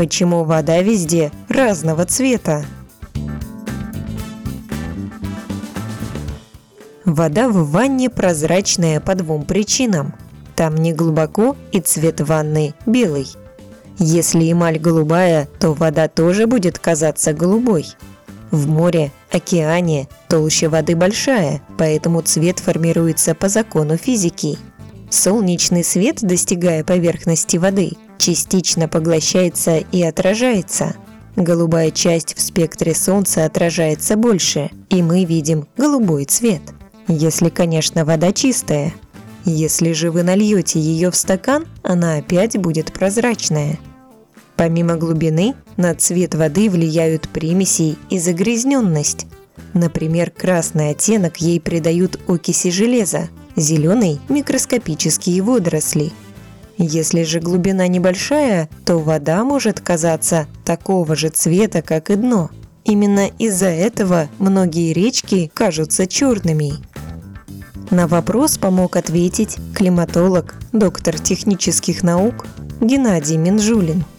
Почему вода везде разного цвета? Вода в ванне прозрачная по двум причинам. Там не глубоко и цвет ванны белый. Если эмаль голубая, то вода тоже будет казаться голубой. В море, океане толща воды большая, поэтому цвет формируется по закону физики. Солнечный свет, достигая поверхности воды, частично поглощается и отражается. Голубая часть в спектре Солнца отражается больше, и мы видим голубой цвет. Если, конечно, вода чистая. Если же вы нальете ее в стакан, она опять будет прозрачная. Помимо глубины, на цвет воды влияют примеси и загрязненность. Например, красный оттенок ей придают окиси железа, зеленый – микроскопические водоросли. Если же глубина небольшая, то вода может казаться такого же цвета, как и дно. Именно из-за этого многие речки кажутся черными. На вопрос помог ответить климатолог, доктор технических наук Геннадий Минжулин.